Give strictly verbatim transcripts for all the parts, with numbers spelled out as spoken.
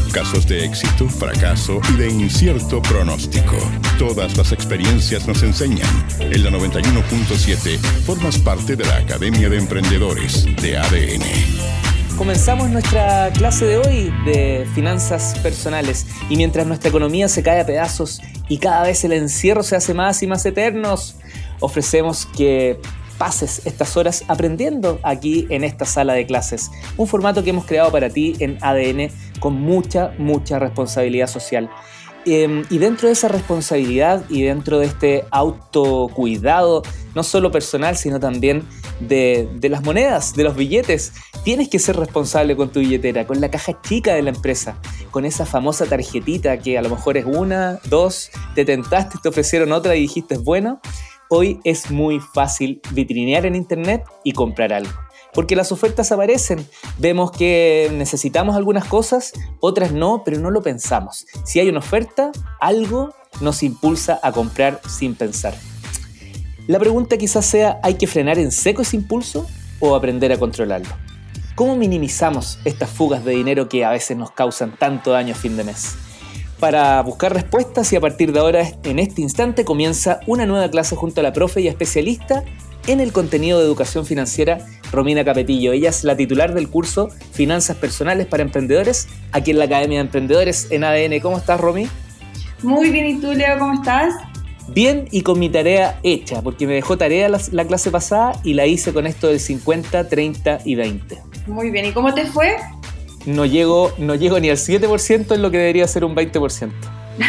Casos de éxito, fracaso y de incierto pronóstico. Todas las experiencias nos enseñan. En la noventa y uno punto siete formas parte de la Academia de Emprendedores de A D N. Comenzamos nuestra clase de hoy de finanzas personales y mientras nuestra economía se cae a pedazos y cada vez el encierro se hace más y más eternos, ofrecemos que pases estas horas aprendiendo aquí en esta sala de clases. Un formato que hemos creado para ti en A D N con mucha, mucha responsabilidad social. Eh, y dentro de esa responsabilidad y dentro de este autocuidado, no solo personal, sino también de, de las monedas, de los billetes, tienes que ser responsable con tu billetera, con la caja chica de la empresa, con esa famosa tarjetita que a lo mejor es una, dos, te tentaste, te ofrecieron otra y dijiste es bueno. Hoy es muy fácil vitrinear en internet y comprar algo. Porque las ofertas aparecen, vemos que necesitamos algunas cosas, otras no, pero no lo pensamos. Si hay una oferta, algo nos impulsa a comprar sin pensar. La pregunta quizás sea, ¿hay que frenar en seco ese impulso o aprender a controlarlo? ¿Cómo minimizamos estas fugas de dinero que a veces nos causan tanto daño a fin de mes? Para buscar respuestas y a partir de ahora, en este instante, comienza una nueva clase junto a la profe y especialista en el contenido de educación financiera, Romina Capetillo. Ella es la titular del curso Finanzas Personales para Emprendedores, aquí en la Academia de Emprendedores en A D N. ¿Cómo estás, Romy? Muy bien, ¿y tú, Leo, cómo estás? Bien y con mi tarea hecha, porque me dejó tarea la, la clase pasada y la hice con esto del cincuenta, treinta y veinte. Muy bien, ¿y cómo te fue? No llego, no llego ni al siete por ciento en lo que debería ser un veinte por ciento.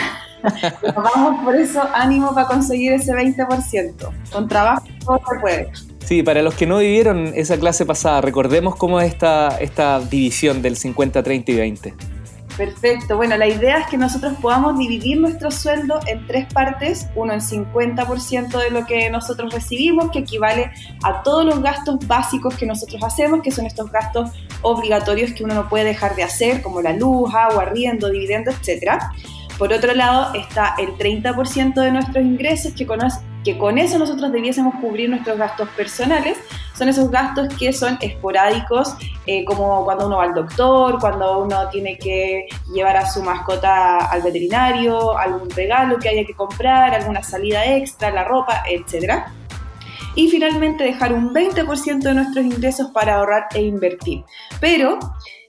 Vamos por eso, ánimo para conseguir ese veinte por ciento. Con trabajo todo se puede. Sí, para los que no vivieron esa clase pasada, recordemos cómo es esta, esta división del cincuenta, treinta y veinte. Perfecto, bueno, la idea es que nosotros podamos dividir nuestro sueldo en tres partes, uno en cincuenta por ciento de lo que nosotros recibimos, que equivale a todos los gastos básicos que nosotros hacemos, que son estos gastos obligatorios que uno no puede dejar de hacer, como la luz, agua, arriendo, dividendo, etcétera. Por otro lado está el treinta por ciento de nuestros ingresos, que con, que con eso nosotros debiésemos cubrir nuestros gastos personales. Son esos gastos que son esporádicos, eh, como cuando uno va al doctor, cuando uno tiene que llevar a su mascota al veterinario, algún regalo que haya que comprar, alguna salida extra, la ropa, etcétera. Y finalmente dejar un veinte por ciento de nuestros ingresos para ahorrar e invertir. Pero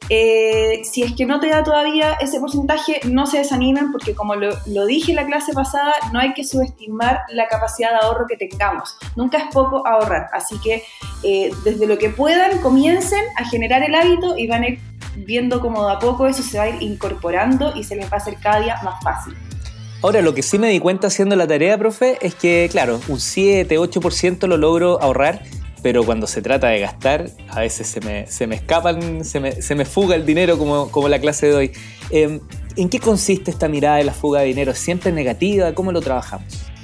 eh, si es que no te da todavía ese porcentaje, no se desanimen porque como lo, lo dije en la clase pasada, no hay que subestimar la capacidad de ahorro que tengamos. Nunca es poco ahorrar, así que eh, desde lo que puedan comiencen a generar el hábito y van a ir viendo cómo de a poco eso se va a ir incorporando y se les va a hacer cada día más fácil. Ahora, lo que sí me di cuenta haciendo la tarea, profe, es que, claro, un siete, ocho por ciento lo logro ahorrar, pero cuando se trata de gastar, a veces se me, se me escapan, se me, se me fuga el dinero como, como la clase de hoy. Eh, ¿En qué consiste esta mirada de la fuga de dinero? ¿Siempre negativa? ¿Cómo lo trabajamos?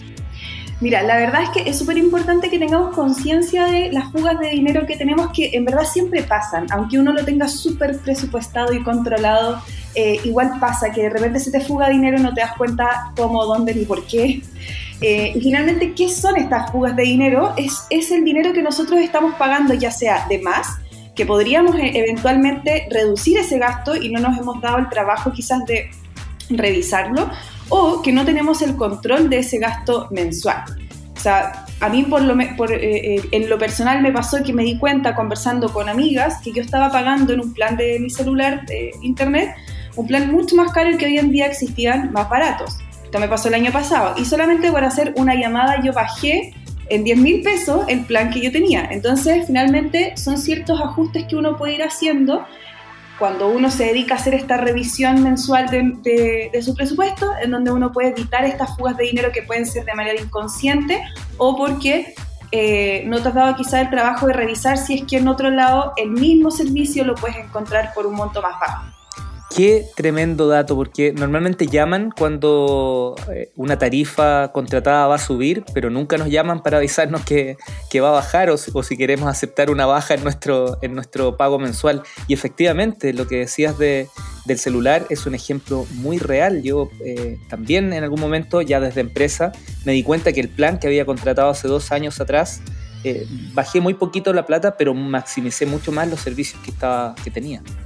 Mira, la verdad es que es súper importante que tengamos conciencia de las fugas de dinero que tenemos, que en verdad siempre pasan, aunque uno lo tenga súper presupuestado y controlado, eh, igual pasa que de repente se te fuga dinero y no te das cuenta cómo, dónde ni por qué. Eh, y finalmente, ¿qué son estas fugas de dinero? Es, es el dinero que nosotros estamos pagando, ya sea de más, que podríamos eh, eventualmente reducir ese gasto y no nos hemos dado el trabajo quizás de revisarlo, o que no tenemos el control de ese gasto mensual. O sea, a mí por lo, por, eh, en lo personal me pasó que me di cuenta conversando con amigas que yo estaba pagando en un plan de mi celular de internet, un plan mucho más caro y que hoy en día existían más baratos. Esto me pasó el año pasado y solamente por hacer una llamada yo bajé en diez mil pesos el plan que yo tenía. Entonces, finalmente son ciertos ajustes que uno puede ir haciendo cuando uno se dedica a hacer esta revisión mensual de, de, de su presupuesto, en donde uno puede evitar estas fugas de dinero que pueden ser de manera inconsciente o porque eh, no te has dado quizá el trabajo de revisar si es que en otro lado el mismo servicio lo puedes encontrar por un monto más bajo. Qué tremendo dato, porque normalmente llaman cuando una tarifa contratada va a subir, pero nunca nos llaman para avisarnos que, que va a bajar o, o si queremos aceptar una baja en nuestro, en nuestro pago mensual. Y efectivamente, lo que decías de, del celular es un ejemplo muy real. Yo eh, también en algún momento, ya desde empresa, me di cuenta que el plan que había contratado hace dos años atrás, eh, bajé muy poquito la plata, pero maximicé mucho más los servicios que, estaba, que tenía.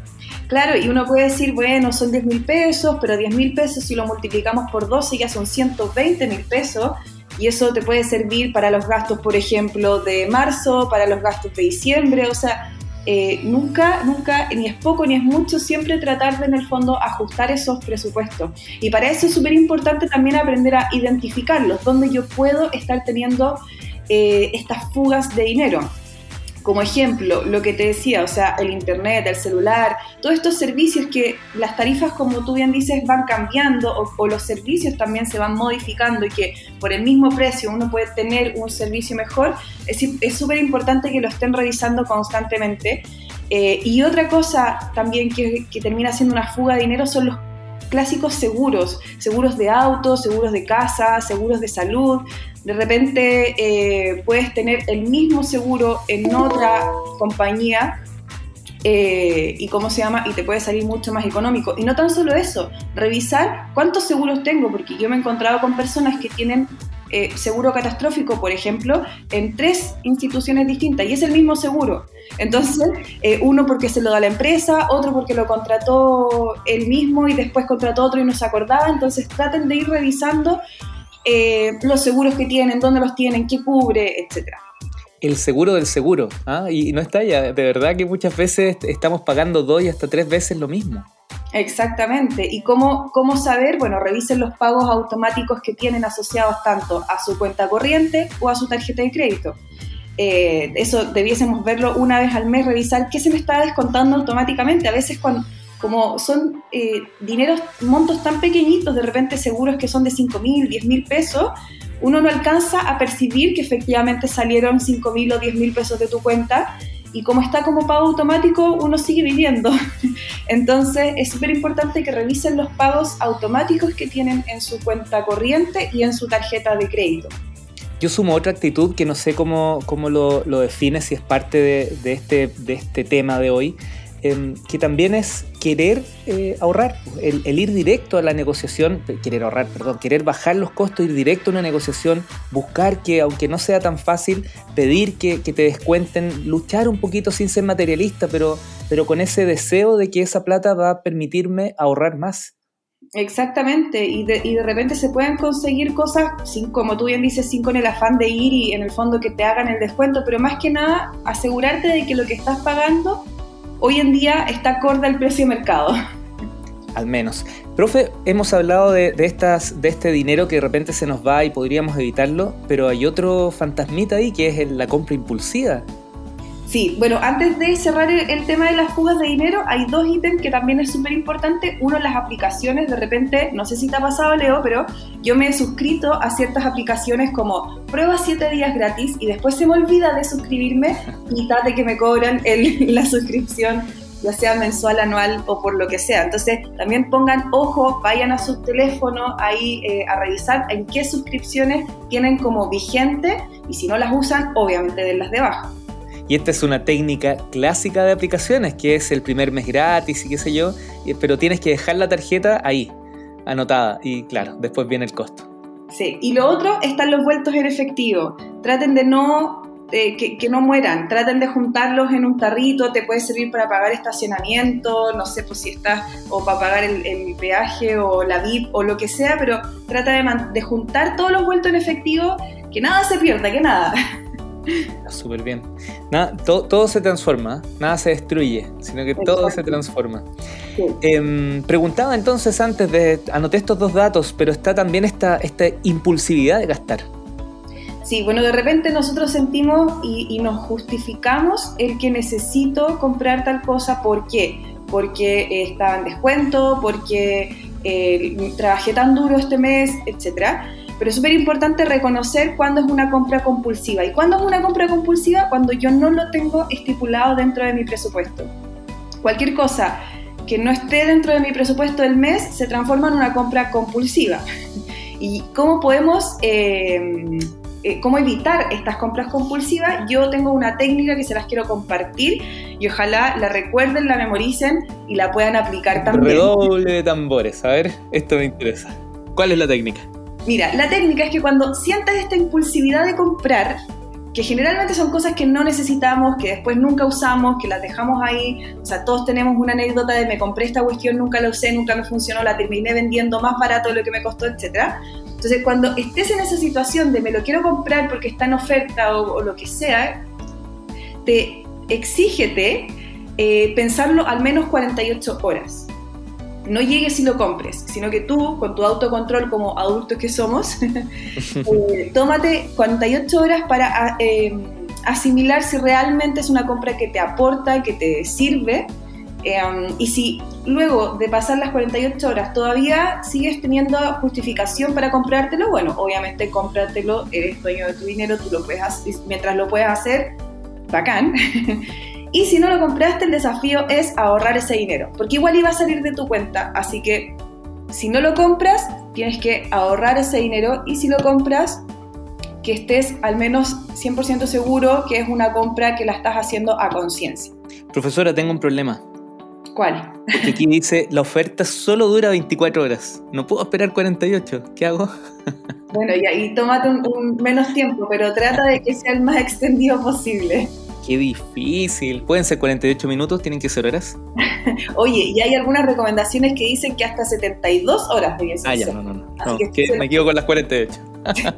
Claro, y uno puede decir, bueno, son diez mil pesos, pero diez mil pesos si lo multiplicamos por doce ya son ciento veinte mil pesos, y eso te puede servir para los gastos, por ejemplo, de marzo, para los gastos de diciembre, o sea, eh, nunca, nunca, ni es poco ni es mucho, siempre tratar de, en el fondo, ajustar esos presupuestos. Y para eso es súper importante también aprender a identificarlos, dónde yo puedo estar teniendo eh, estas fugas de dinero. Como ejemplo, lo que te decía, o sea, el internet, el celular, todos estos servicios que las tarifas, como tú bien dices, van cambiando o, o los servicios también se van modificando y que por el mismo precio uno puede tener un servicio mejor, es súper importante que lo estén revisando constantemente. Eh, y otra cosa también que, que termina siendo una fuga de dinero son los clásicos seguros, seguros de auto, seguros de casa, seguros de salud. De repente eh, puedes tener el mismo seguro en otra compañía eh, y cómo se llama y te puede salir mucho más económico. Y no tan solo eso, revisar cuántos seguros tengo, porque yo me he encontrado con personas que tienen eh, seguro catastrófico, por ejemplo, en tres instituciones distintas y es el mismo seguro. Entonces, eh, uno porque se lo da la empresa, otro porque lo contrató él mismo y después contrató otro y no se acordaba. Entonces, traten de ir revisando eh, los seguros que tienen, dónde los tienen, qué cubre, etcétera. El seguro del seguro, ¿ah? Y no está ya, de verdad que muchas veces estamos pagando dos y hasta tres veces lo mismo. Exactamente. ¿Y cómo, cómo saber? Bueno, revisen los pagos automáticos que tienen asociados tanto a su cuenta corriente o a su tarjeta de crédito. Eh, eso debiésemos verlo una vez al mes, revisar qué se me está descontando automáticamente. A veces cuando, como son eh, dineros, montos tan pequeñitos, de repente seguros que son de cinco mil, diez mil pesos, uno no alcanza a percibir que efectivamente salieron cinco mil o diez mil pesos de tu cuenta y como está como pago automático, uno sigue viviendo. Entonces es súper importante que revisen los pagos automáticos que tienen en su cuenta corriente y en su tarjeta de crédito. Yo sumo otra actitud que no sé cómo, cómo lo, lo define, si es parte de, de, este, de este tema de hoy, eh, que también es querer eh, ahorrar, el, el ir directo a la negociación, querer ahorrar, perdón, querer bajar los costos, ir directo a una negociación, buscar que, aunque no sea tan fácil, pedir que, que te descuenten, luchar un poquito sin ser materialista, pero, pero con ese deseo de que esa plata va a permitirme ahorrar más. Exactamente, y de, y de repente se pueden conseguir cosas, sin, como tú bien dices, sin con el afán de ir y en el fondo que te hagan el descuento, pero más que nada asegurarte de que lo que estás pagando hoy en día está acorde al precio de mercado. Al menos. Profe, hemos hablado de, de, estas, de este dinero que de repente se nos va y podríamos evitarlo, pero hay otro fantasmita ahí que es la compra impulsiva. Sí, bueno, antes de cerrar el, el tema de las fugas de dinero, hay dos ítems que también es súper importante. Uno, las aplicaciones. De repente, no sé si te ha pasado, Leo, pero yo me he suscrito a ciertas aplicaciones como prueba siete días gratis y después se me olvida de suscribirme y tal de que me cobran el, la suscripción, ya sea mensual, anual o por lo que sea. Entonces, también pongan ojo, vayan a su teléfono ahí eh, a revisar en qué suscripciones tienen como vigente y si no las usan, obviamente denlas de baja. Y esta es una técnica clásica de aplicaciones, que es el primer mes gratis y qué sé yo, pero tienes que dejar la tarjeta ahí, anotada, y claro, después viene el costo. Sí, y lo otro están los vueltos en efectivo. Traten de no, eh, que, que no mueran, traten de juntarlos en un tarrito, te puede servir para pagar estacionamiento, no sé, pues si estás, o para pagar el, el peaje o la V I P o lo que sea, pero trata de, man- de juntar todos los vueltos en efectivo, que nada se pierda, que nada. Súper bien. Nada, todo, todo se transforma, ¿eh? Nada se destruye, sino que Exacto. Todo se transforma. Sí. Eh, preguntaba entonces antes de, anoté estos dos datos, pero está también esta, esta impulsividad de gastar. Sí, bueno, de repente nosotros sentimos y, y nos justificamos el que necesito comprar tal cosa. ¿Por qué? Porque está en descuento, porque eh, trabajé tan duro este mes, etcétera. Pero es súper importante reconocer cuándo es una compra compulsiva. ¿Y cuándo es una compra compulsiva? Cuando yo no lo tengo estipulado dentro de mi presupuesto. Cualquier cosa que no esté dentro de mi presupuesto del mes se transforma en una compra compulsiva. ¿Y cómo podemos, eh, eh, cómo evitar estas compras compulsivas? Yo tengo una técnica que se las quiero compartir y ojalá la recuerden, la memoricen y la puedan aplicar también. Redoble de tambores. A ver, esto me interesa. ¿Cuál es la técnica? Mira, la técnica es que cuando sientas esta impulsividad de comprar, que generalmente son cosas que no necesitamos, que después nunca usamos, que las dejamos ahí. O sea, todos tenemos una anécdota de me compré esta cuestión, nunca la usé, nunca me funcionó, la terminé vendiendo más barato de lo que me costó, etcétera. Entonces, cuando estés en esa situación de me lo quiero comprar porque está en oferta o, o lo que sea, te exígete eh, pensarlo al menos cuarenta y ocho horas. No llegues y lo compres, sino que tú, con tu autocontrol como adultos que somos, eh, tómate cuarenta y ocho horas para eh, asimilar si realmente es una compra que te aporta, que te sirve, eh, y si luego de pasar las cuarenta y ocho horas todavía sigues teniendo justificación para comprártelo, bueno, obviamente cómpratelo, eres dueño de tu dinero, tú lo puedes hacer, mientras lo puedas hacer, bacán. Y si no lo compraste, el desafío es ahorrar ese dinero, porque igual iba a salir de tu cuenta, así que si no lo compras, tienes que ahorrar ese dinero, y si lo compras, que estés al menos cien por ciento seguro que es una compra que la estás haciendo a conciencia. Profesora, tengo un problema. ¿Cuál? Porque aquí dice, la oferta solo dura veinticuatro horas, no puedo esperar cuarenta y ocho, ¿qué hago? Bueno, y ahí tómate un, un menos tiempo, pero trata de que sea el más extendido posible. Qué difícil. ¿Pueden ser cuarenta y ocho minutos? ¿Tienen que ser horas? Oye, y hay algunas recomendaciones que dicen que hasta setenta y dos horas debería ser. Ah, ya, no, no, no. Así no que que me equivoco con las cuarenta y ocho.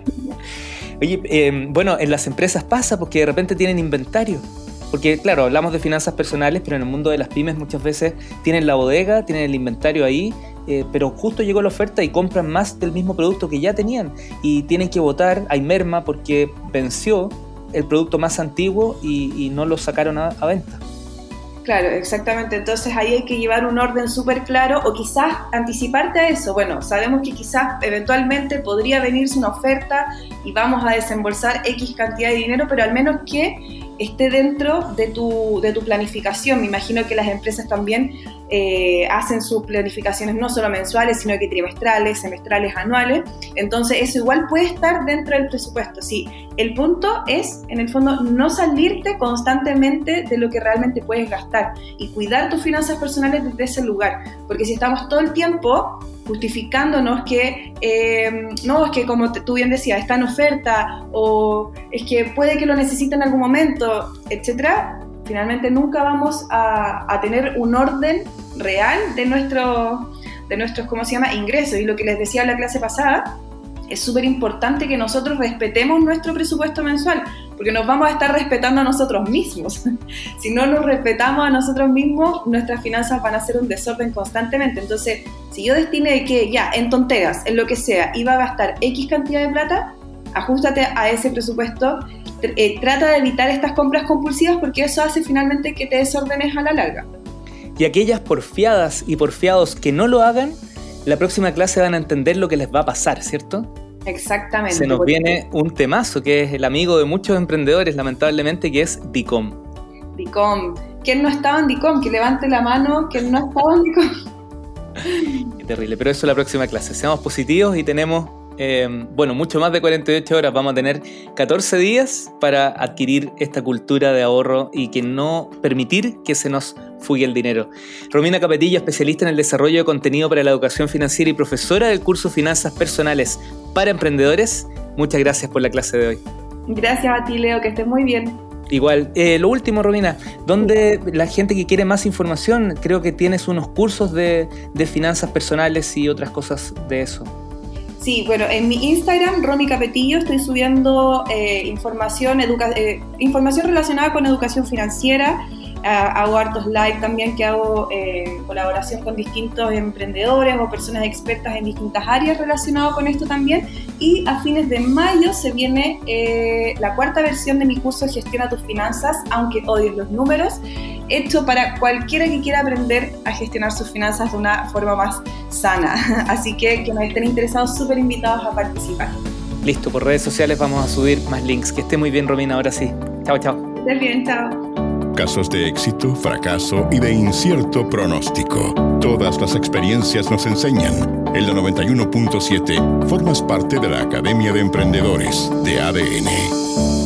Oye, eh, bueno, en las empresas pasa porque de repente tienen inventario. Porque, claro, hablamos de finanzas personales, pero en el mundo de las pymes muchas veces tienen la bodega, tienen el inventario ahí, eh, pero justo llegó la oferta y compran más del mismo producto que ya tenían. Y tienen que botar, hay merma porque venció el producto más antiguo y, y no lo sacaron a, a venta. Claro, exactamente. Entonces ahí hay que llevar un orden súper claro, o quizás anticiparte a eso. Bueno, sabemos que quizás eventualmente podría venirse una oferta y vamos a desembolsar X cantidad de dinero, pero al menos que esté dentro de tu, de tu planificación. Me imagino que las empresas también eh, hacen sus planificaciones no solo mensuales, sino que trimestrales, semestrales, anuales. Entonces eso igual puede estar dentro del presupuesto. Sí, el punto es, en el fondo, no salirte constantemente de lo que realmente puedes gastar y cuidar tus finanzas personales desde ese lugar. Porque si estamos todo el tiempo justificándonos que eh, no, es que como tú bien decías, está en oferta, o es que puede que lo necesite en algún momento, etcétera, finalmente nunca vamos a, a tener un orden real de, nuestro, de nuestros, ¿cómo se llama?, ingresos. Y lo que les decía en la clase pasada, es súper importante que nosotros respetemos nuestro presupuesto mensual, porque nos vamos a estar respetando a nosotros mismos. Si no nos respetamos a nosotros mismos, nuestras finanzas van a ser un desorden constantemente. Entonces, si yo destiné que ya, en tonteras, en lo que sea, iba a gastar X cantidad de plata, ajústate a ese presupuesto, eh, trata de evitar estas compras compulsivas, porque eso hace finalmente que te desordenes a la larga. Y aquellas porfiadas y porfiados que no lo hagan, la próxima clase van a entender lo que les va a pasar, ¿cierto? Exactamente. Se nos viene un temazo que es el amigo de muchos emprendedores, lamentablemente, que es DICOM. DICOM. ¿Quién no estaba en DICOM? Que levante la mano. ¿Quién no estaba en DICOM? Qué terrible, pero eso es la próxima clase. Seamos positivos y tenemos, eh, bueno, mucho más de cuarenta y ocho horas. Vamos a tener catorce días para adquirir esta cultura de ahorro y que no permitir que se nos fugue el dinero. Romina Capetillo, especialista en el desarrollo de contenido para la educación financiera y profesora del curso Finanzas Personales para Emprendedores. Muchas gracias por la clase de hoy. Gracias a ti, Leo, que estés muy bien. Igual, eh, lo último, Romina, ¿dónde la gente que quiere más información? Creo que tienes unos cursos de, de finanzas personales y otras cosas de eso. Sí, bueno, en mi Instagram, Romy Capetillo, estoy subiendo eh, información, educa- eh, información relacionada con educación financiera. Uh, hago hartos live también que hago eh, en colaboración con distintos emprendedores o personas expertas en distintas áreas relacionadas con esto también. Y a fines de mayo se viene eh, la cuarta versión de mi curso Gestiona tus finanzas, aunque odies los números, hecho para cualquiera que quiera aprender a gestionar sus finanzas de una forma más sana. Así que que nos estén interesados, súper invitados a participar. Listo, por redes sociales vamos a subir más links. Que esté muy bien, Romina, ahora sí. Chao, chao. Que estés bien, chao. Casos de éxito, fracaso y de incierto pronóstico. Todas las experiencias nos enseñan. En la noventa y uno punto siete formas parte de la Academia de Emprendedores de A D N.